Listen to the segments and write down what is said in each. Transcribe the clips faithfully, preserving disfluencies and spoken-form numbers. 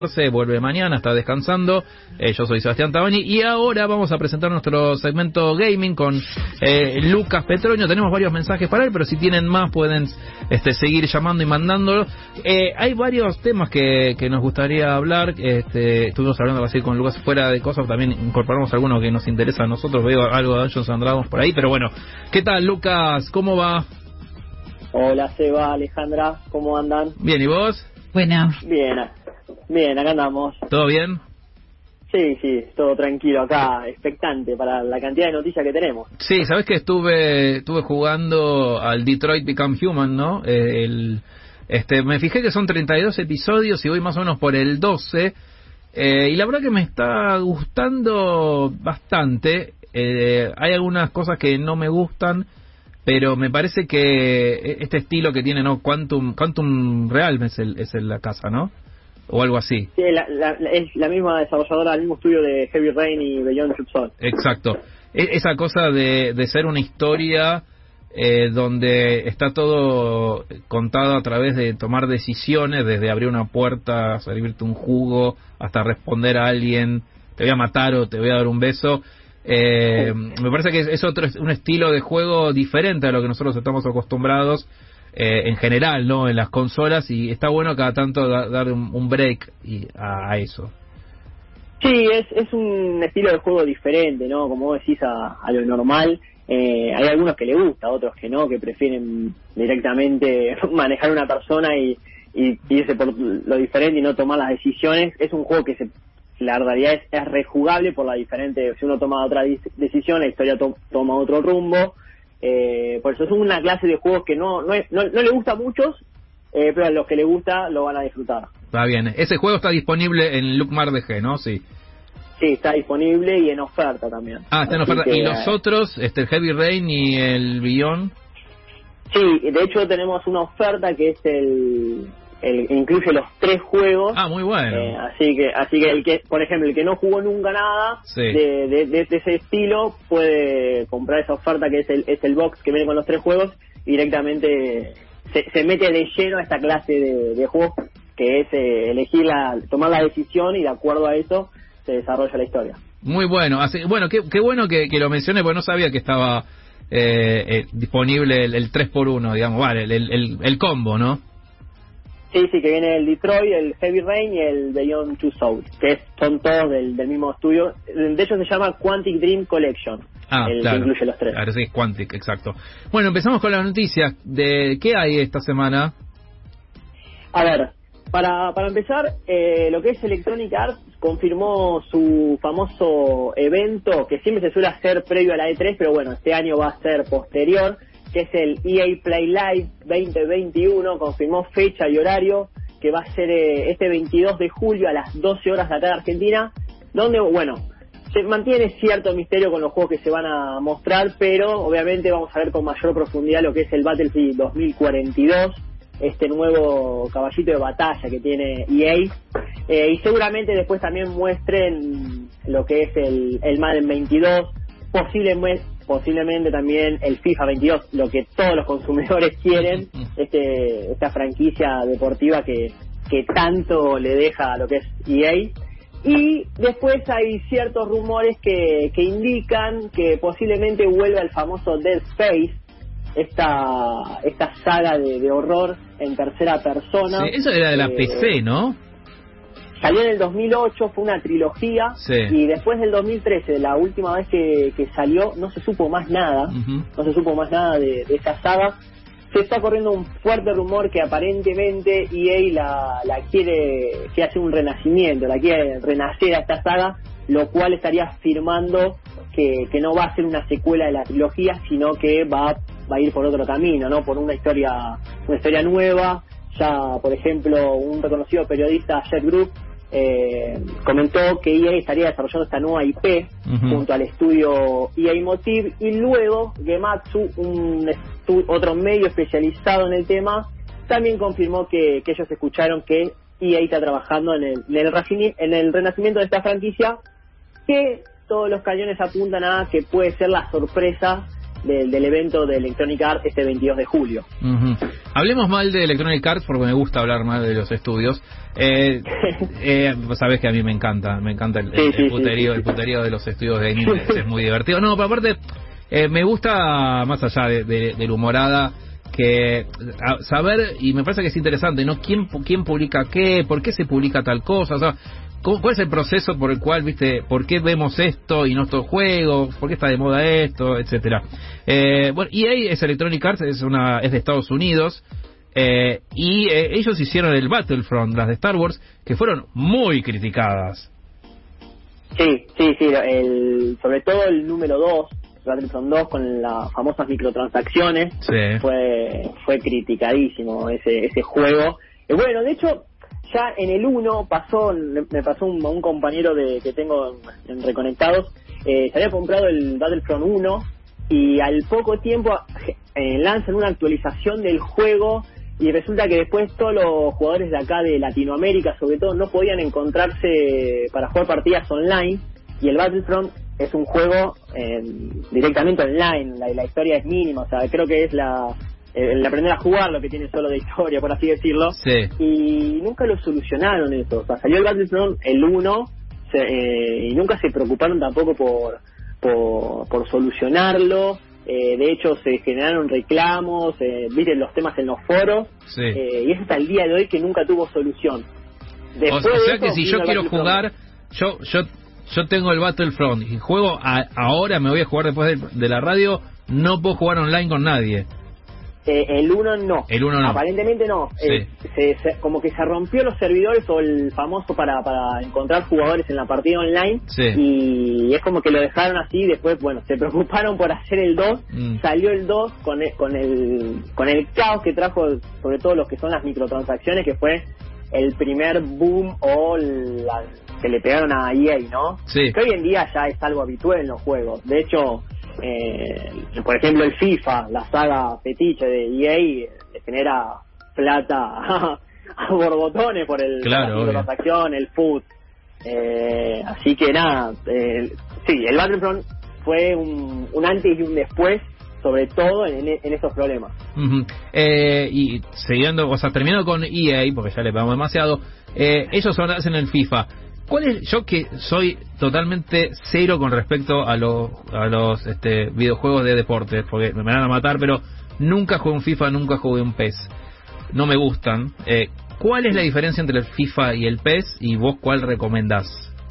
Se vuelve mañana, está descansando. Eh, yo soy Sebastián Tabani y ahora vamos a presentar nuestro segmento gaming con eh, Lucas Petroño. Tenemos varios mensajes para él, pero si tienen más pueden este, seguir llamando y mandándolo. Eh, hay varios temas que, que nos gustaría hablar. Este, estuvimos hablando así con Lucas fuera de cosas, también incorporamos algunos que nos interesa a nosotros. Veo algo de Dungeons and Dragons por ahí, pero bueno. ¿Qué tal, Lucas? ¿Cómo va? Hola, Seba, Alejandra, ¿cómo andan? Bien, ¿y vos? Buena. Bien, bien, acá andamos. ¿Todo bien? Sí, sí, todo tranquilo acá, expectante para la cantidad de noticias que tenemos. Sí, sabés que estuve estuve jugando al Detroit Become Human, ¿no? Eh, el, este, me fijé que son treinta y dos episodios y voy más o menos por el doce. Eh, y la verdad que me está gustando bastante. Eh, hay algunas cosas que no me gustan, pero me parece que este estilo que tiene, ¿no? Quantum, Quantum Realm es, el, es el, la casa, ¿no? O algo así. Sí, la, la, la, es la misma desarrolladora, el mismo estudio de Heavy Rain y Beyond Two Souls. Exacto. E- esa cosa de, de ser una historia eh, donde está todo contado a través de tomar decisiones, desde abrir una puerta, servirte un jugo, hasta responder a alguien, te voy a matar o te voy a dar un beso. Eh, me parece que es otro un estilo de juego diferente a lo que nosotros estamos acostumbrados eh, en general, ¿no? En las consolas, y está bueno cada tanto da, dar un, un break y, a, a eso. Sí, es, es un estilo de juego diferente, ¿no? Como vos decís, a, a lo normal. Eh, hay algunos que le gusta, otros que no, que prefieren directamente manejar una persona y, y irse por lo diferente y no tomar las decisiones. Es un juego que se la realidad es, es rejugable por la diferente, si uno toma otra decisión, la historia to, toma otro rumbo. Eh, por eso es una clase de juegos que no no, es, no, no le gusta a muchos, eh, pero a los que le gusta lo van a disfrutar. Está bien, ese juego está disponible en Lucmar D G, ¿no? Sí. Sí, está disponible y en oferta también. Ah, está en oferta. Que, ¿y los otros, este, el Heavy Rain y el Beyond? Sí, de hecho tenemos una oferta que es el... El, incluye los tres juegos. Ah, muy bueno. Eh, así que, así que el que, por ejemplo, el que no jugó nunca nada sí. de, de, de, de ese estilo puede comprar esa oferta que es el, es el box que viene con los tres juegos y directamente se, se mete de lleno a esta clase de, de juegos que es eh, elegir la, tomar la decisión y de acuerdo a eso se desarrolla la historia. Muy bueno. Así, bueno, qué, qué bueno que, que lo mencioné porque no sabía que estaba eh, eh, disponible el, el tres por uno, digamos, vale, el, el, el combo, ¿no? Sí, sí, que viene el Detroit, el Heavy Rain y el Beyond Two Souls, que es, son todos del, del mismo estudio. De hecho se llama Quantic Dream Collection, ah, el claro, que incluye los tres. Claro, sí, Quantic, exacto. Bueno, empezamos con las noticias. De ¿qué hay esta semana? A ver, para, para empezar, eh, lo que es Electronic Arts confirmó su famoso evento, que siempre se suele hacer previo a la E tres, pero bueno, este año va a ser posterior, que es el E A Play Live veinte veintiuno, confirmó fecha y horario, que va a ser eh, este veintidós de julio a las doce horas de acá de Argentina, donde, bueno, se mantiene cierto misterio con los juegos que se van a mostrar, pero obviamente vamos a ver con mayor profundidad lo que es el Battlefield dos mil cuarenta y dos, este nuevo caballito de batalla que tiene E A, eh, y seguramente después también muestren lo que es el, el Madden veintidós, posiblemente posiblemente también el FIFA veintidós, lo que todos los consumidores quieren, este esta franquicia deportiva que, que tanto le deja a lo que es E A. Y después hay ciertos rumores que, que indican que posiblemente vuelva el famoso Dead Space, esta esta saga de, de horror en tercera persona. Sí, eso era de la eh, P C, ¿no? Salió en el dos mil ocho, fue una trilogía, sí. Y después del dos mil trece, la última vez que, que salió, no se supo más nada, uh-huh. no se supo más nada de, de esta saga. Se está corriendo un fuerte rumor que aparentemente E A la, la quiere, quiere hacer un renacimiento, la quiere renacer a esta saga, lo cual estaría afirmando que, que no va a ser una secuela de la trilogía, sino que va, va a ir por otro camino, ¿no? Por una historia, una historia nueva. Ya, por ejemplo, un reconocido periodista, Jeff Group, Eh, comentó que E A estaría desarrollando esta nueva I P uh-huh. junto al estudio E A Motive, y luego Gematsu, un estu- otro medio especializado en el tema, también confirmó que, que ellos escucharon que E A está trabajando en el, en, el rafini- en el renacimiento de esta franquicia, que todos los cañones apuntan a que puede ser la sorpresa de, del evento de Electronic Arts este veintidós de julio. Uh-huh. Hablemos mal de Electronic Arts porque me gusta hablar mal de los estudios. Eh, eh, sabes que a mí me encanta, me encanta el, sí, el, sí, el puterío, sí, sí. el puterío de los estudios de gaming, es muy divertido. No, pero aparte eh, me gusta más allá de, de, del humorada que a, saber, y me parece que es interesante, ¿no? ¿Quién, quién publica qué? ¿Por qué se publica tal cosa? O sea, ¿cómo, ¿cuál es el proceso por el cual, viste, por qué vemos esto y no estos juegos? ¿Por qué está de moda esto? Etcétera. Eh, bueno, E A es Electronic Arts, es, una, es de Estados Unidos, eh, y eh, ellos hicieron el Battlefront, las de Star Wars, que fueron muy criticadas. Sí, sí, sí, el, sobre todo el número dos, Battlefront dos, con las famosas microtransacciones, Sí. fue fue criticadísimo ese ese juego. Y bueno, de hecho, ya en el uno pasó, me pasó un, un compañero de que tengo en, en Reconectados, eh, se había comprado el Battlefront uno y al poco tiempo eh, lanzan una actualización del juego y resulta que después todos los jugadores de acá de Latinoamérica, sobre todo, no podían encontrarse para jugar partidas online, y el Battlefront es un juego eh, directamente online, la, la historia es mínima, o sea, creo que es la el aprender a jugar lo que tiene solo de historia, por así decirlo, Sí. y nunca lo solucionaron eso, o sea, salió el Battlefront el uno se, eh, y nunca se preocuparon tampoco por por, por solucionarlo. Eh, de hecho se generaron reclamos, eh, viste los temas en los foros, Sí. eh, y es hasta el día de hoy que nunca tuvo solución. Después O, o de sea eso, que si vino yo el quiero Battlefront. jugar, yo yo yo tengo el Battlefront y juego a, ahora, me voy a jugar después de, de la radio, no puedo jugar online con nadie. Eh, el uno no. El uno no. Aparentemente no. Sí. Eh, se, se, como que se rompió los servidores o el famoso para, para encontrar jugadores en la partida online. Sí. Y es como que lo dejaron así. Después, bueno, se preocuparon por hacer el dos. Mm. Salió el dos con el, con el con el caos que trajo, sobre todo los que son las microtransacciones, que fue el primer boom o la, que le pegaron a E A, ¿no? Sí. Que hoy en día ya es algo habitual en los juegos. De hecho, eh, por ejemplo, el FIFA, la saga fetiche de E A, le genera plata a, a borbotones por el Claro, por la microtransacción, el foot. Eh, así que nada, eh, sí, el Battlefront fue un, un antes y un después, sobre todo en, en esos problemas. Uh-huh. eh, y siguiendo, o sea, terminando con E A, porque ya le pegamos demasiado, eh, ellos ahora hacen el FIFA. ¿Cuál es? Yo que soy totalmente cero con respecto a los a los este, videojuegos de deportes, porque me van a matar, pero nunca jugué un FIFA, nunca jugué un P E S. No me gustan. Eh, ¿Cuál es la diferencia entre el FIFA y el P E S? Y vos, ¿cuál recomendás?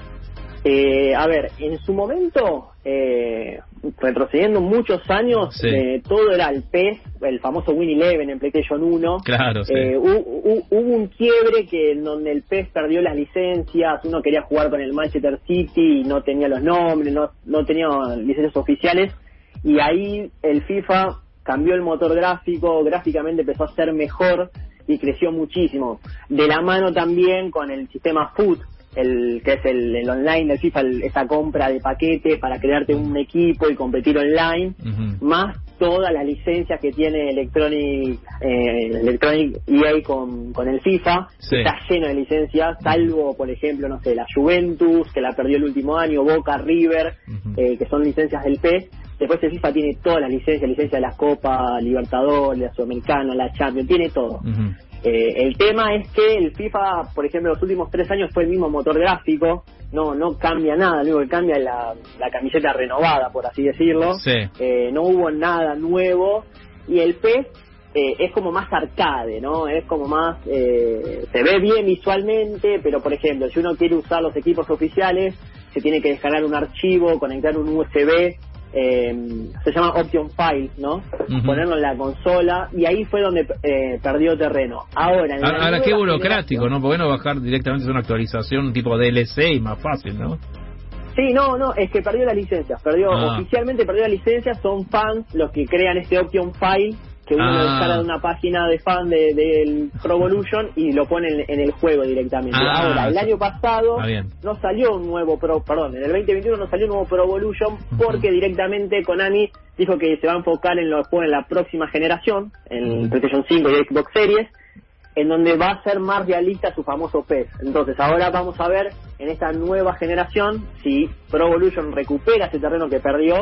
Eh, a ver, en su momento, eh, retrocediendo muchos años, Sí. eh, todo era el P E S, el famoso Win Eleven en PlayStation uno. Claro, sí. Eh, hu- hu- hubo un quiebre que en donde el P E S perdió las licencias, uno quería jugar con el Manchester City y no tenía los nombres, no, no tenía licencias oficiales, y ahí el FIFA cambió el motor gráfico, gráficamente empezó a ser mejor y creció muchísimo. De la mano también con el sistema Foot, el que es el, el online del FIFA, el, esa compra de paquete para crearte un equipo y competir online, Uh-huh. más todas las licencias que tiene Electronic eh, Electronic E A con, con el FIFA, Sí. está lleno de licencias, salvo por ejemplo, no sé, la Juventus, que la perdió el último año, Boca, River, Uh-huh. eh, que son licencias del P E S. Después el FIFA tiene todas las licencias, licencia de la Copa Libertadores, la Sudamericana, la Champions, tiene todo. Uh-huh. Eh, el tema es que el FIFA, por ejemplo, los últimos tres años fue el mismo motor gráfico, no no cambia nada, lo único que cambia es la, la camiseta renovada, por así decirlo. Sí. Eh, no hubo nada nuevo, y el P E S eh, es como más arcade, ¿no? Es como más, eh, se ve bien visualmente, pero por ejemplo, si uno quiere usar los equipos oficiales, se tiene que descargar un archivo, conectar un U S B, eh, se llama Option File, ¿no? Uh-huh. Ponerlo en la consola, y ahí fue donde eh, perdió terreno. Ahora, en la Ahora, nueva qué burocrático, generación- ¿no? ¿Por qué no bajar directamente una actualización tipo D L C y más fácil, ¿no? Sí, no, no, es que perdió las licencias, perdió, Ah. oficialmente perdió las licencias, son fans los que crean este Option File, que uno Ah. lo descarga de una página de fan de, del Pro Evolution y lo pone en, en el juego directamente. Ah, Ahora, el sí. año pasado Está bien. no salió un nuevo Pro, perdón, en el veinte veintiuno no salió un nuevo Pro Evolution porque Ujú. directamente Konami dijo que se va a enfocar en los juegos en la próxima generación, en Ujú. PlayStation cinco y Xbox Series, en donde va a ser más realista su famoso P E S. Entonces ahora vamos a ver en esta nueva generación si Pro Evolution recupera ese terreno que perdió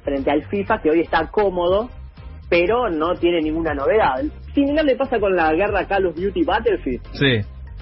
frente al FIFA, que hoy está cómodo, pero no tiene ninguna novedad. Similar le pasa con la guerra Call of Duty Battlefield. Sí.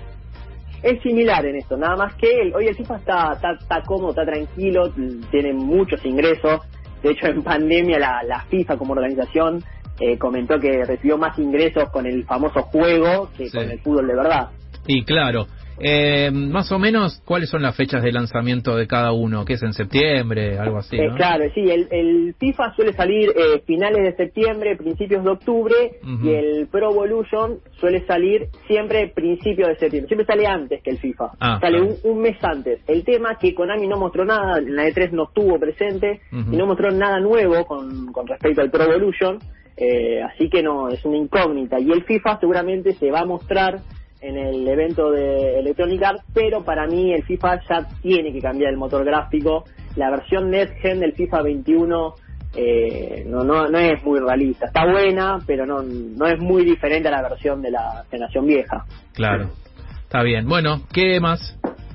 Es similar en esto, nada más que el, hoy el FIFA está, está, está cómodo, está tranquilo, tiene muchos ingresos. De hecho, en pandemia la, la FIFA como organización eh, comentó que recibió más ingresos con el famoso juego que sí. con el fútbol de verdad. Y claro, eh, más o menos, ¿cuáles son las fechas de lanzamiento de cada uno? ¿Qué es en septiembre? Algo así, ¿no? Eh, claro, sí, el, el FIFA suele salir eh, finales de septiembre, principios de octubre, uh-huh. y el Pro Evolution suele salir siempre principios de septiembre. Siempre sale antes que el FIFA, ah, sale claro. un, un mes antes. El tema es que Konami no mostró nada, en la E tres no estuvo presente, uh-huh. y no mostró nada nuevo con, con respecto al Pro Evolution, eh, así que no, es una incógnita. Y el FIFA seguramente se va a mostrar en el evento de Electronic Arts, pero para mí el FIFA ya tiene que cambiar el motor gráfico. La versión Next Gen del FIFA veintiuno eh, no, no no es muy realista. Está buena, pero no no es muy diferente a la versión de la generación vieja. Claro, está bien. Bueno, ¿qué más?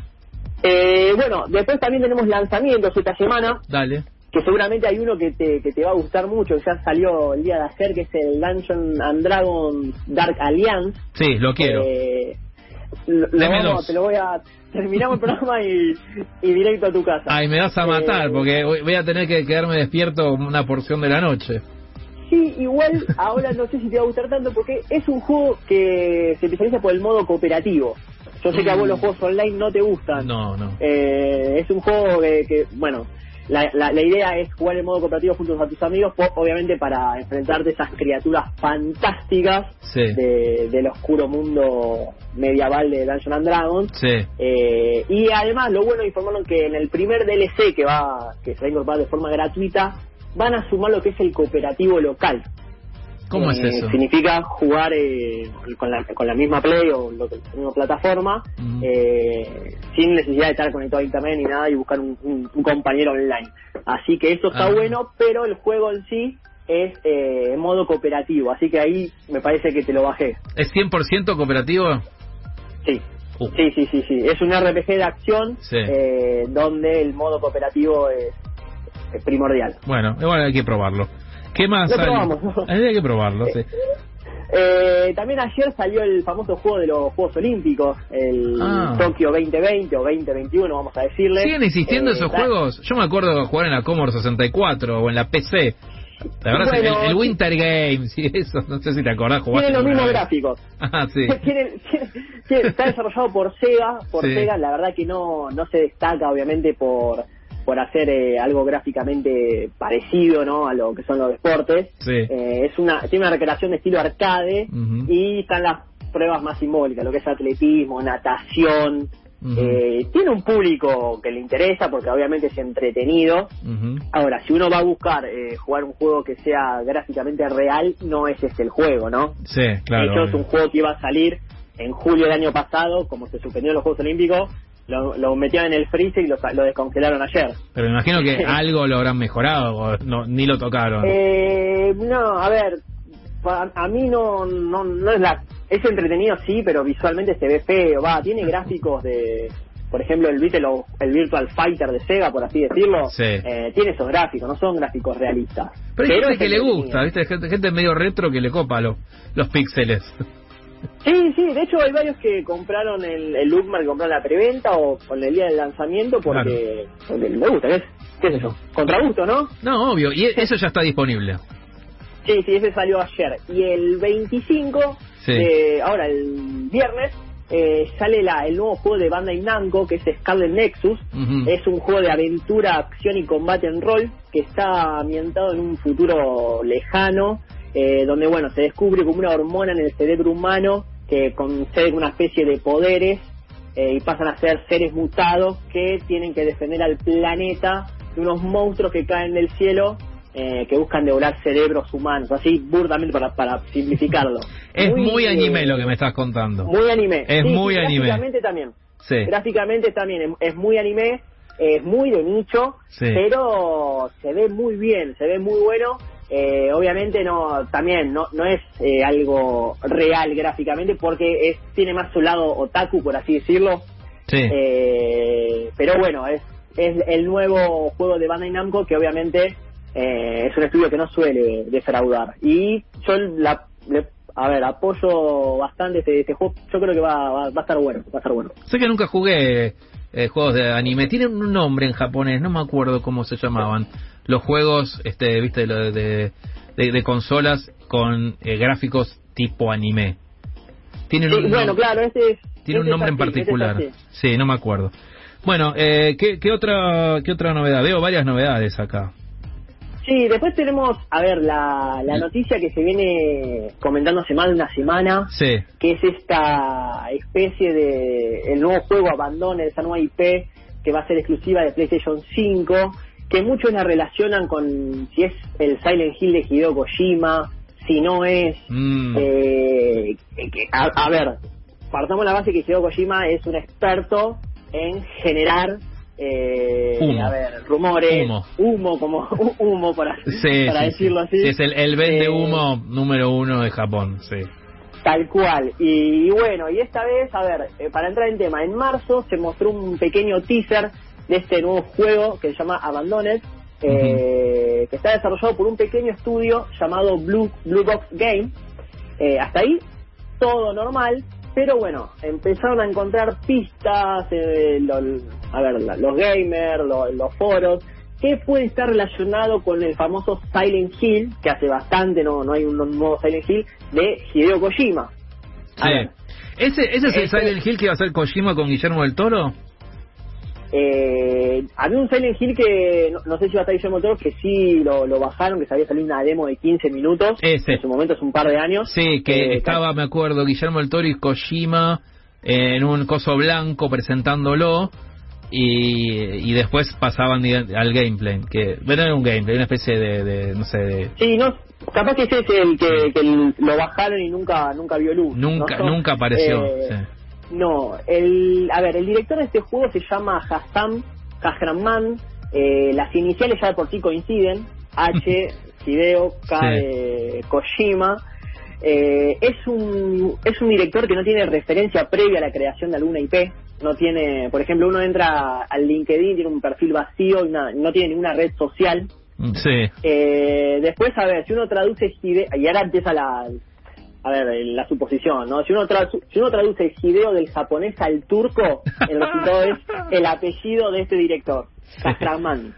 Eh, bueno, después también tenemos lanzamientos esta semana. Dale. Que seguramente hay uno que te, que te va a gustar mucho, que ya salió el día de ayer, que es el Dungeons and Dragons Dark Alliance. Sí, lo quiero. Eh, lo, lo vamos, te lo voy a... Terminamos el programa y, y directo a tu casa. Ay, me vas a matar, eh, porque voy a tener que quedarme despierto una porción de la noche. Sí, igual ahora no sé si te va a gustar tanto, porque es un juego que se especializa por el modo cooperativo. Yo sé mm. que a vos los juegos online no te gustan. No, no. Eh, es un juego que, que bueno... La, la, la idea es jugar en modo cooperativo juntos a tus amigos, obviamente para enfrentarte a esas criaturas fantásticas sí. de, del oscuro mundo medieval de Dungeons and Dragons. Sí. Eh, y además lo bueno informaron que en el primer D L C que va que se va a incorporar de forma gratuita, van a sumar lo que es el cooperativo local. ¿Cómo eh, es eso? Significa jugar eh, con, la, con la misma play o lo, la misma plataforma, uh-huh. eh, sin necesidad de estar conectado a internet ni nada y buscar un, un, un compañero online. Así que eso está uh-huh. bueno, pero el juego en sí es eh, en modo cooperativo, así que ahí me parece que te lo bajé. ¿Es cien por ciento cooperativo? Sí. Uh. Sí, sí, sí, sí. Es un R P G de acción sí. eh, donde el modo cooperativo es, es primordial. Bueno, igual hay que probarlo. ¿Qué más? Lo probamos, ¿no? Hay que probarlo, sí. Eh, también ayer salió el famoso juego de los Juegos Olímpicos, el ah. Tokio veinte veinte o veinte veintiuno, vamos a decirle. ¿Siguen existiendo eh, esos tal... juegos? Yo me acuerdo de jugar en la Commodore sesenta y cuatro o en la P C. La verdad bueno, es el, el Winter Games y eso, no sé si te acordás. Tienen los mismos gráficos. Ah, sí. tienen, tienen, tienen, está desarrollado por Sega, por sí. Sega, la verdad que no, no se destaca obviamente por... por hacer eh, algo gráficamente parecido, ¿no?, a lo que son los deportes. Sí. Eh, es una tiene una recreación de estilo arcade uh-huh. y están las pruebas más simbólicas, lo que es atletismo, natación. Uh-huh. Eh, tiene un público que le interesa porque obviamente es entretenido. Uh-huh. Ahora, si uno va a buscar eh, jugar un juego que sea gráficamente real, no es este el juego, ¿no? Sí, claro. De hecho, es un juego que iba a salir en julio del año pasado, como se suspendieron los Juegos Olímpicos. Lo, lo metieron en el freezer y lo, lo descongelaron ayer. Pero me imagino que algo lo habrán mejorado o no, ni lo tocaron. Eh, no, a ver, a, a mí no, no no es la es entretenido sí, pero visualmente se ve feo. Va, tiene gráficos de, por ejemplo, el ¿viste lo, el Virtual Fighter de Sega, por así decirlo. Sí. Eh, tiene esos gráficos, no son gráficos realistas. Pero hay pero gente que le gusta, ¿viste? Gente, gente medio retro que le copa los los píxeles. Sí, sí, de hecho hay varios que compraron el, el Lookmark, que compraron la preventa o con el día del lanzamiento porque, claro. porque me gusta, ¿qué es? ¿Qué es eso? Contra gusto, ¿no? No, obvio, y eso ya está disponible. Sí, sí, ese salió ayer. Y el veinticinco, sí. eh, ahora el viernes, eh, sale la, el nuevo juego de Bandai Namco, que es Scarlet Nexus. Uh-huh. Es un juego de aventura, acción y combate en rol que está ambientado en un futuro lejano. Eh, donde bueno se descubre como una hormona en el cerebro humano que concede una especie de poderes eh, y pasan a ser seres mutados que tienen que defender al planeta de unos monstruos que caen del cielo eh, que buscan devorar cerebros humanos, así burdamente para, para simplificarlo. Es muy, muy anime eh, lo que me estás contando. Muy anime. Es sí, muy sí, anime. Gráficamente también. Sí. Gráficamente también es, es muy anime, es muy de nicho, sí. pero se ve muy bien, se ve muy bueno. Eh, obviamente no también no no es eh, algo real gráficamente porque es tiene más su lado otaku, por así decirlo. Sí. Eh, pero bueno, es es el nuevo juego de Bandai Namco que obviamente eh, es un estudio que no suele defraudar. Y yo, la, le, a ver, apoyo bastante este, este juego. Yo creo que va, va, va a estar bueno, va a estar bueno. Sé que nunca jugué eh, juegos de anime. Tienen un nombre en japonés, no me acuerdo cómo se llamaban. Los juegos, este, viste, de, de, de, de consolas con eh, gráficos tipo anime. Tienen sí, un, bueno, claro, este es, tiene este un nombre es así, en particular. este es Sí, no me acuerdo. Bueno, eh, ¿qué, qué otra qué otra novedad? Veo varias novedades acá. Sí, después tenemos, a ver, la, la noticia que se viene comentando hace más de una semana, sí. que es esta especie de el nuevo juego Abandoned, esa nueva I P que va a ser exclusiva de PlayStation cinco, que muchos la relacionan con si es el Silent Hill de Hideo Kojima, si no es... Mm. Eh, que, a, a ver, partamos la base que Hideo Kojima es un experto en generar... Eh, humo. A ver, rumores, humo, humo como humo para, sí, para sí, decirlo sí. así. Sí, es el, el vende eh, humo número uno de Japón, sí. Tal cual. Y, y bueno, y esta vez, a ver, eh, para entrar en tema, en marzo se mostró un pequeño teaser de este nuevo juego que se llama Abandoned, eh, uh-huh. que está desarrollado por un pequeño estudio llamado Blue, Blue Box Game. Eh, hasta ahí, todo normal. Pero bueno, empezaron a encontrar pistas, eh, lo, a ver, la, los gamers, lo, los foros, que puede estar relacionado con el famoso Silent Hill, que hace bastante no no hay un nuevo Silent Hill, de Hideo Kojima. Sí. Ver, ¿Ese, ¿Ese es el este, Silent Hill que iba a hacer Kojima con Guillermo del Toro? Eh, había un Silent Hill que no, no sé si va a estar Guillermo del Toro, que sí lo, lo bajaron, que se había salido una demo de quince minutos. Ese. En su momento, es un par de años. Sí, que eh, estaba, me acuerdo, Guillermo del Toro y Kojima eh, en un coso blanco presentándolo y, y después pasaban al gameplay, que no era un gameplay, una especie de, de no sé, de... Sí, no, capaz que ese es el que, que el, lo bajaron y nunca nunca vio luz. Nunca, ¿no? nunca apareció, eh, sí. No, el, a ver, el director de este juego se llama Hassam Kahraman, eh, las iniciales ya de por sí coinciden, H, Hideo, K sí. de Kojima. Eh, es un es un director que no tiene referencia previa a la creación de alguna I P, no tiene, por ejemplo, uno entra al LinkedIn, tiene un perfil vacío, y una, no tiene ninguna red social. Sí. Eh, después, a ver, si uno traduce Hideo, y ahora empieza la... A ver, la suposición, ¿no? Si uno, tra- si uno traduce Hideo del japonés al turco, el resultado es el apellido de este director, Kahraman.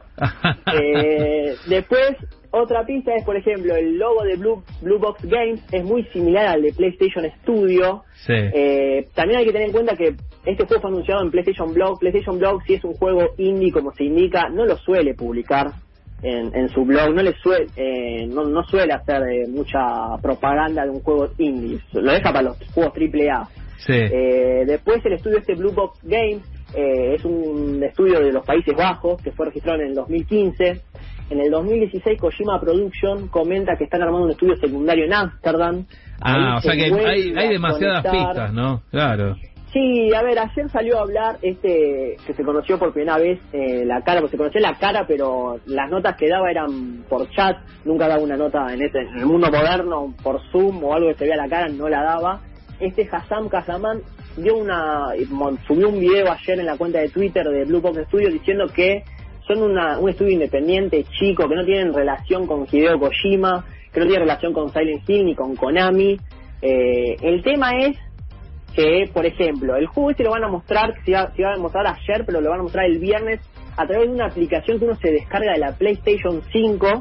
eh, después, otra pista es, por ejemplo, el logo de Blue, Blue Box Games es muy similar al de PlayStation Studio. Sí. Eh, también hay que tener en cuenta que este juego fue anunciado en PlayStation Blog. PlayStation Blog, si es un juego indie, como se indica, no lo suele publicar en, en su blog, no le suele eh, no, no suele hacer eh, mucha propaganda de un juego indie, lo deja para los juegos triple A. Sí. Eh, después el estudio este Blue Box Games eh, es un estudio de los Países Bajos que fue registrado en el dos mil quince. En el dos mil dieciséis Kojima Production comenta que están armando un estudio secundario en Ámsterdam. Ah, o sea que hay, hay demasiadas conectar. pistas, ¿no? Claro. Sí, a ver, ayer salió a hablar este que se conoció por primera vez eh, la cara, porque se conocía la cara, pero las notas que daba eran por chat, nunca daba una nota en este en el mundo moderno por Zoom o algo que se vea la cara, no la daba. Este Hassam Kahraman dio una subió un video ayer en la cuenta de Twitter de Blue Box Studios diciendo que son una, un estudio independiente chico, que no tienen relación con Hideo Kojima, que no tienen relación con Silent Hill ni con Konami. Eh, el tema es que, por ejemplo, el juego este lo van a mostrar, se iba, se iba a mostrar ayer, pero lo van a mostrar el viernes a través de una aplicación que uno se descarga de la PlayStation cinco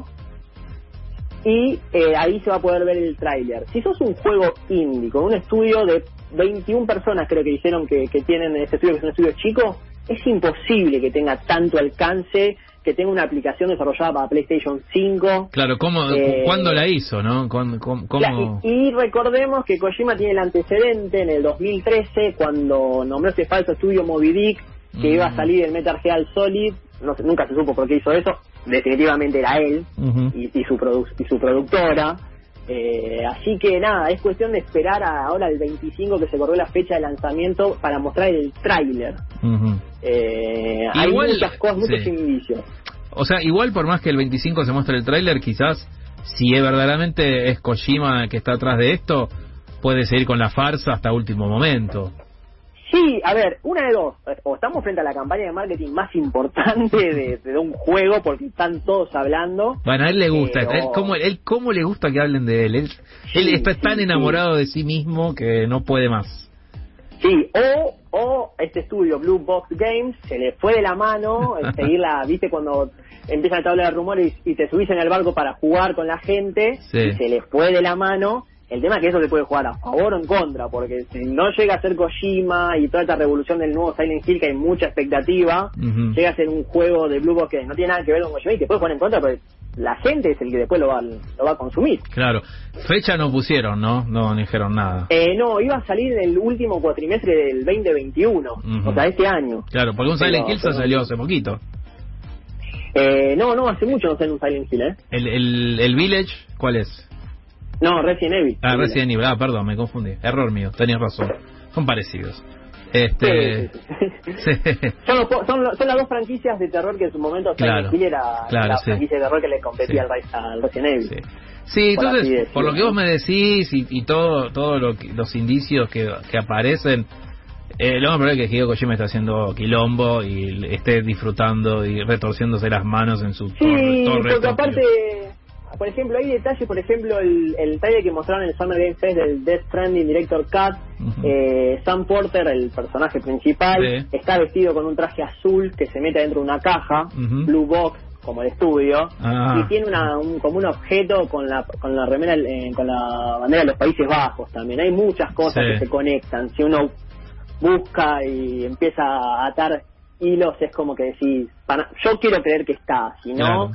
y eh, ahí se va a poder ver el tráiler. Si sos un juego indie con un estudio de veintiuna personas, creo que dijeron que, que tienen este estudio, que es un estudio chico, es imposible que tenga tanto alcance, que tenga una aplicación desarrollada para PlayStation cinco. Claro, ¿cómo, eh, ¿cuándo la hizo, no? ¿Cómo, cómo... Claro, y, y recordemos que Kojima tiene el antecedente en el dos mil trece, cuando nombró ese falso estudio Moby Dick, que mm. iba a salir el Metal Gear Solid. No sé, nunca se supo por qué hizo eso. Definitivamente era él uh-huh. y, y, su produ- y su productora. Eh, así que nada, es cuestión de esperar a ahora el veinticinco, que se corrió la fecha de lanzamiento, para mostrar el tráiler. Uh-huh. Eh, hay muchas cosas, muchos sí. indicios. O sea, igual por más que el veinticinco se muestre el tráiler, quizás si es verdaderamente es Kojima que está atrás de esto, puede seguir con la farsa hasta último momento. Sí, a ver, una de dos, o estamos frente a la campaña de marketing más importante de, de un juego porque están todos hablando. Bueno, a él le gusta, pero... él, cómo, él cómo le gusta que hablen de él, él, sí, él está sí, tan enamorado sí. de sí mismo que no puede más. Sí, o, o este estudio, Blue Box Games, se le fue de la mano el seguirla, viste cuando empiezan a hablar de rumores y, y te subís en el barco para jugar con la gente, sí. y se le fue de la mano. El tema es que eso se puede jugar a favor o en contra, porque si no llega a ser Kojima y toda esta revolución del nuevo Silent Hill, que hay mucha expectativa, uh-huh. llega a ser un juego de Blue Box que no tiene nada que ver con Kojima y te puede jugar en contra, pero la gente es el que después lo va, lo va a consumir. Claro. Fecha no pusieron, ¿no? No dijeron nada. Eh, no, iba a salir en el último cuatrimestre del veinte veintiuno, uh-huh. o sea, este año. Claro, porque un Silent Hill se salió hace poquito. Eh, no, no, hace mucho no sale un Silent Hill, ¿eh? ¿El, el, el Village cuál es? No, Resident Evil. Ah, Resident Evil, ah, perdón, me confundí. Error mío, tenías razón. Son parecidos. Este... Sí, sí, sí. Sí. Son, los, son, son las dos franquicias de terror que en su momento Silent Hill era claro, la sí. franquicia de terror que le competía sí. al, al Resident Evil. Sí, sí por entonces, por lo que vos me decís y, y todo, todo lo que, los indicios que, que aparecen, eh, lo más probable es que Hideo Kojima está haciendo quilombo y esté disfrutando y retorciéndose las manos en su sí, torre. Sí, porque aparte... Por ejemplo, hay detalles, por ejemplo, el, el trailer que mostraron en el Summer Game Fest del Death Stranding Director Cut. Uh-huh. eh, Sam Porter, el personaje principal, sí. está vestido con un traje azul que se mete dentro de una caja, uh-huh. Blue Box, como el estudio, ah. y tiene una, un, como un objeto con la con la remera, eh, con la bandera de los Países Bajos también. Hay muchas cosas sí. que se conectan. Si uno busca y empieza a atar hilos, es como que decís, para, yo quiero creer que está, si no... Claro.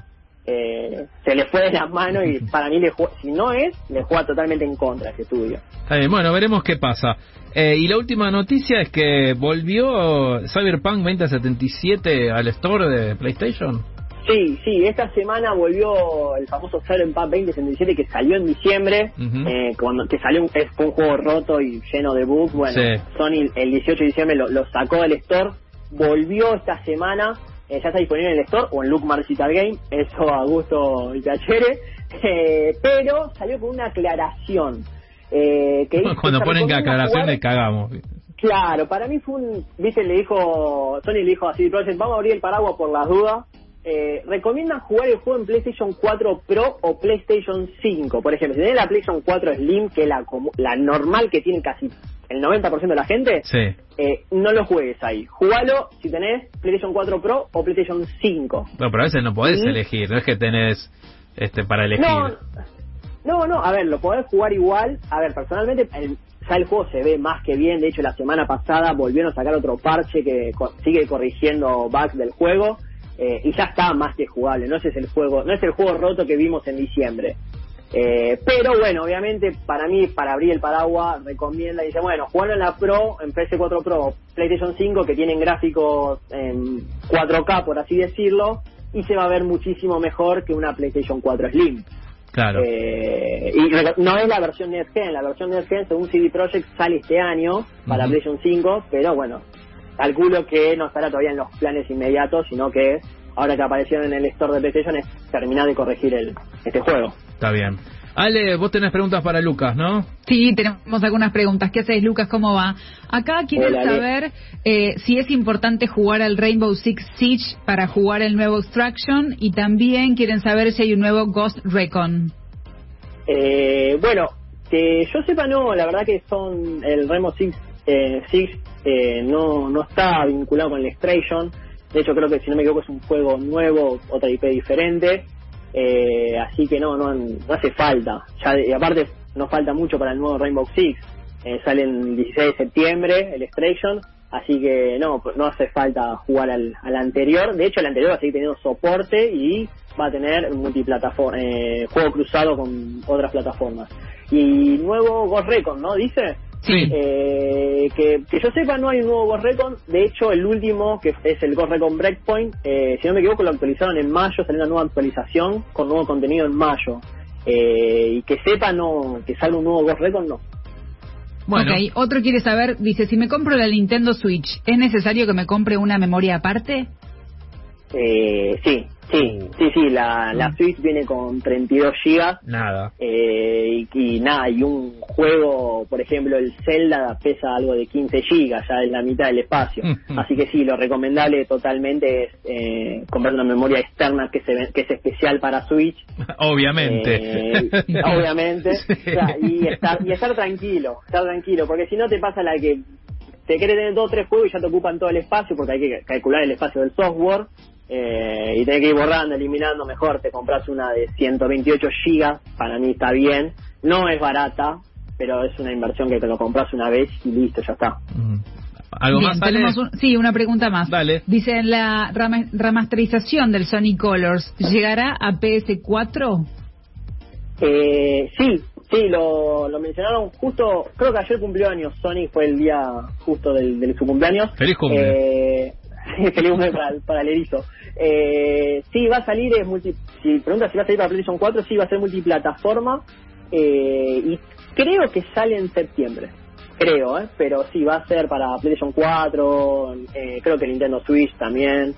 Eh, se le fue de las manos y para mí le juega, si no es, le juega totalmente en contra ese estudio. Está bien, bueno, veremos qué pasa. Eh, y la última noticia es que volvió Cyberpunk veinte setenta y siete al store de PlayStation. Sí, sí, esta semana volvió el famoso Cyberpunk veinte setenta y siete que salió en diciembre, uh-huh. eh, cuando que salió un, fue un juego roto y lleno de bugs. Bueno, sí. Sony el dieciocho de diciembre lo, lo sacó del store, volvió esta semana. Eh, ya está disponible en el store o en Look Digital Game, eso a gusto y piacere, eh, pero salió con una aclaración. Eh, que Cuando ponen aclaraciones cagamos. Claro, para mí fue un, viste, le dijo, Sony le dijo así, vamos a abrir el paraguas por las dudas. Eh, recomiendan jugar el juego en PlayStation cuatro Pro o PlayStation cinco, por ejemplo. Si tenés la PlayStation cuatro Slim, que es la, la normal que tiene casi el noventa por ciento de la gente, sí. eh, no lo juegues ahí. Jugalo si tenés PlayStation cuatro Pro o PlayStation cinco. Bueno, pero a veces no podés ¿sí? elegir, no es que tenés este para elegir. No, no, no, a ver, lo podés jugar igual. A ver, personalmente el, ya el juego se ve más que bien. De hecho, la semana pasada volvieron a sacar otro parche que co- sigue corrigiendo bugs del juego. Eh, y ya está más que jugable, no es el juego, no es el juego roto que vimos en diciembre. Eh, pero bueno, obviamente para mí, para abrir el paraguas, recomienda y dice, bueno, jugarlo en la Pro, en P S cuatro Pro, PlayStation cinco, que tienen gráficos en cuatro K, por así decirlo, y se va a ver muchísimo mejor que una PlayStation cuatro Slim. Claro. Eh, y no es la versión Next Gen, la versión Next Gen, según C D Projekt, sale este año para uh-huh. PlayStation cinco, pero bueno, calculo que no estará todavía en los planes inmediatos, sino que ahora que aparecieron en el store de PlayStation es terminar de corregir el este juego. Está bien. Ale, vos tenés preguntas para Lucas, ¿no? Sí, tenemos algunas preguntas. ¿Qué hacéis, Lucas? ¿Cómo va? Acá quieren Hola, saber eh, si es importante jugar al Rainbow Six Siege para jugar el nuevo Extraction, y también quieren saber si hay un nuevo Ghost Recon. Eh, bueno, que yo sepa no, la verdad que son el Rainbow Six eh, Siege eh, no no está vinculado con el Extraction. De hecho, creo que si no me equivoco es un juego nuevo, otra I P diferente. Eh, así que no, no, no hace falta. Ya de, y aparte no falta mucho para el nuevo Rainbow Six. Eh, sale el dieciséis de septiembre el Extraction. Así que no, no hace falta jugar al, al anterior. De hecho, el anterior va a seguir teniendo soporte y va a tener multiplataforma, eh, juego cruzado con otras plataformas. Y nuevo Ghost Recon, ¿no? Dice. Sí. Eh, que, que yo sepa no hay un nuevo Ghost Recon. De hecho el último, que es el Ghost Recon Breakpoint, eh, si no me equivoco lo actualizaron en mayo, salió una nueva actualización con nuevo contenido en mayo. eh, Y que sepa no que salga un nuevo Ghost Recon, no. Bueno. Ok, otro quiere saber, dice, si me compro la Nintendo Switch, ¿es necesario que me compre una memoria aparte? Eh, sí, sí, sí, sí, la, la Switch viene con treinta y dos gigas. Nada. Eh, y, y nada, y un juego, por ejemplo, el Zelda pesa algo de quince gigas, ya es la mitad del espacio. Así que sí, lo recomendable totalmente es eh, comprar una memoria externa que, se, que es especial para Switch. Obviamente. Eh, obviamente. Sí. O sea, y, estar, y estar tranquilo, estar tranquilo, porque si no te pasa la que te querés tener dos o tres juegos y ya te ocupan todo el espacio, porque hay que calcular el espacio del software. Eh, y tenés que ir borrando, eliminando. Mejor te compras una de ciento veintiocho gigas, para mí está bien, no es barata, pero es una inversión que te lo compras una vez y listo, ya está. Mm. ¿Algo Bien, más, Ale? tenemos un, sí, una pregunta más. Dale. Dice, ¿la rama, remasterización del Sony Colors llegará a P S cuatro? Eh, sí, sí, lo, lo mencionaron justo, creo que ayer cumplió años Sony, fue el día justo del, de su cumpleaños. Feliz cumple. Eh, feliz cumple para, para el erizo. Eh, sí, va a salir, es multi, si preguntas si va a salir para PlayStation cuatro, sí, va a ser multiplataforma, eh, y creo que sale en septiembre, creo, eh, pero sí, va a ser para PlayStation cuatro, eh, creo que Nintendo Switch también,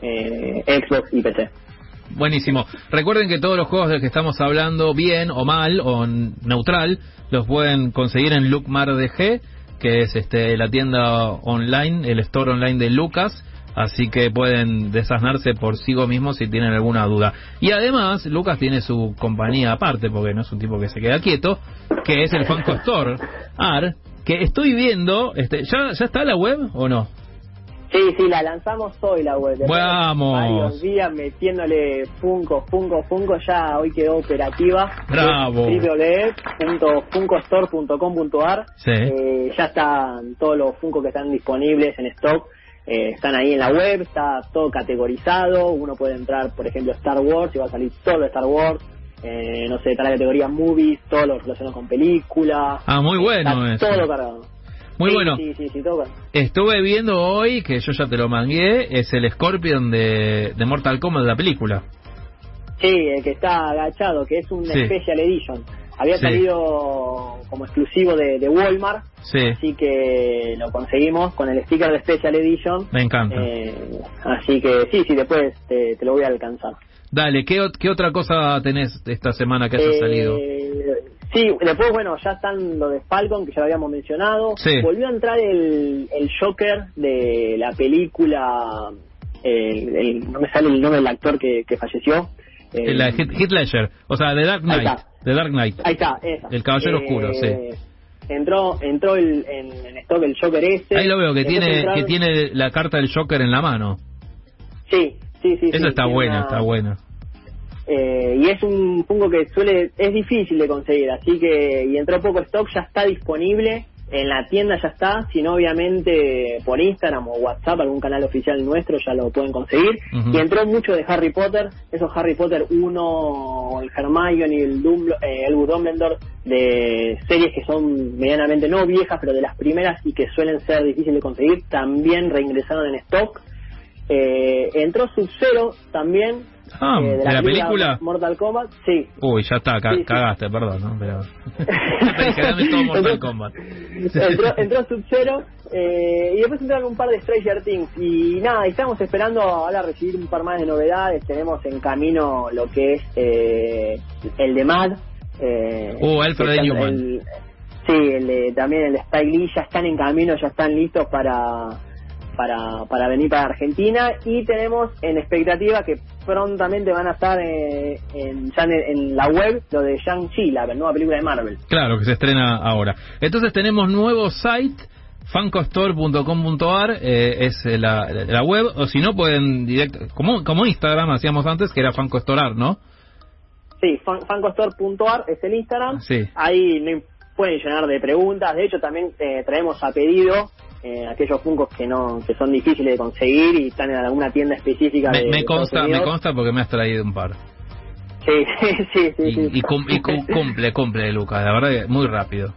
eh, Xbox y P C. Buenísimo. Recuerden que todos los juegos de los que estamos hablando, bien o mal o neutral, los pueden conseguir en LucMarDG, que es este la tienda online, el store online de Lucas. Así que pueden desasnarse por sí mismos si tienen alguna duda. Y además, Lucas tiene su compañía aparte, porque no es un tipo que se queda quieto, que es el Funko Store Ar, que estoy viendo, este, ¿ya, ya está la web o no? Sí, sí, la lanzamos hoy la web. Vamos. Varios días metiéndole Funko, Funko, Funko, ya hoy quedó operativa. Bravo. doble u doble u doble u punto funko store punto com punto a r. Sí. Eh, ya están todos los Funko que están disponibles en stock. Eh, están ahí en la web, está todo categorizado. Uno puede entrar, por ejemplo, Star Wars y va a salir todo de Star Wars. Eh, no sé, está la categoría Movies, todo lo relacionado con películas. Ah, muy bueno está eso. todo cargado. Muy sí, bueno. Sí, sí, sí, todo cargado. Estuve viendo hoy, que yo ya te lo mangué, es el Scorpion de, de Mortal Kombat de la película. Sí, el que está agachado, que es un Sí. Special Edition. Había Sí. salido como exclusivo de, de Walmart, Sí. así que lo conseguimos con el sticker de Special Edition. Me encanta. Eh, así que sí, sí, después te, te lo voy a alcanzar. Dale, ¿qué, ot- ¿qué otra cosa tenés esta semana que haya Eh, salido? Sí, después, bueno, ya están lo de Falcon, que ya lo habíamos mencionado. Sí. Volvió a entrar el, el Joker de la película, el, el- no me sale el nombre del actor que, que falleció. Eh, La Heath Heath Ledger, o sea, The Dark Ahí Knight. está. The Dark Knight. Ahí está, esa. El Caballero Eh, Oscuro, sí. Entró entró el, en, en stock el Joker ese. Ahí lo veo, que Después tiene entraron- que tiene la carta del Joker en la mano. Sí, sí, sí. Eso sí, está tiene buena, una- está buena. Eh, y es un Funko que suele es difícil de conseguir, así que y entró poco stock, ya está disponible en la tienda, ya está, sino obviamente por Instagram o WhatsApp, algún canal oficial nuestro ya lo pueden conseguir. Ujú. Y entró mucho de Harry Potter, esos Harry Potter uno, el Hermione y el, Dumblo, eh, el Dumbledore, de series que son medianamente no viejas, pero de las primeras y que suelen ser difíciles de conseguir, también reingresaron en stock. Eh, entró Sub-Zero también. Ah, eh, ¿de la película? Mortal Kombat, sí. Uy, ya está, ca- Sí, sí. cagaste, perdón, ¿no? Pero... Te dije, dame todo Mortal Kombat. entró, entró Sub-Zero, eh, y después entraron un par de Stranger Things. Y nada, estamos esperando ahora recibir un par más de novedades. Tenemos en camino lo que es eh, el de Mad. Eh, Uh, Alfred el- Newman. el- Sí, el de- también el de Spike Lee, ya están en camino, ya están listos para... Para, para venir para Argentina, y tenemos en expectativa que prontamente van a estar eh, en, ya en, en la web lo de Shang-Chi, la nueva película de Marvel. Claro, que se estrena ahora. Entonces tenemos nuevo site, funko store punto com punto a r, eh, es eh, la, la web, o si no pueden directo, como, como Instagram hacíamos antes, que era Funko Store Art, ¿no? Sí, funko store punto a r es el Instagram. Sí. Ahí no im- pueden llenar de preguntas. De hecho, también eh, traemos a pedido eh, aquellos Funkos que no que son difíciles de conseguir y están en alguna tienda específica. Me, de, me de consta, Estados me Unidos. consta porque me has traído un par. Sí, sí, sí. sí, Y, sí. y, cum- y cum- cumple, cumple, Lucas, la verdad que muy rápido.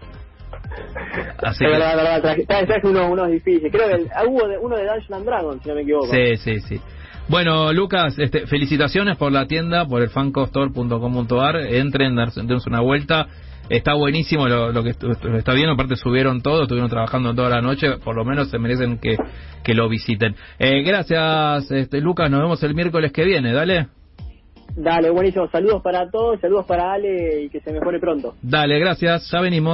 Así Es que, verdad, verdad, traje, traje traje uno, unos difíciles. Creo que el- ah, hubo de- uno de Dungeons and Dragons, si no me equivoco. sí, sí, sí. Bueno, Lucas, este, felicitaciones por la tienda, por el funko store punto com punto a r. Entren, darse- dense una vuelta. está buenísimo lo, lo que estu- está bien, aparte subieron todo, estuvieron trabajando toda la noche, por lo menos se merecen que, que lo visiten. Eh, gracias, este, Lucas, nos vemos el miércoles que viene, dale. Dale, buenísimo. Saludos para todos, saludos para Ale y que se mejore pronto. Dale, gracias, ya venimos.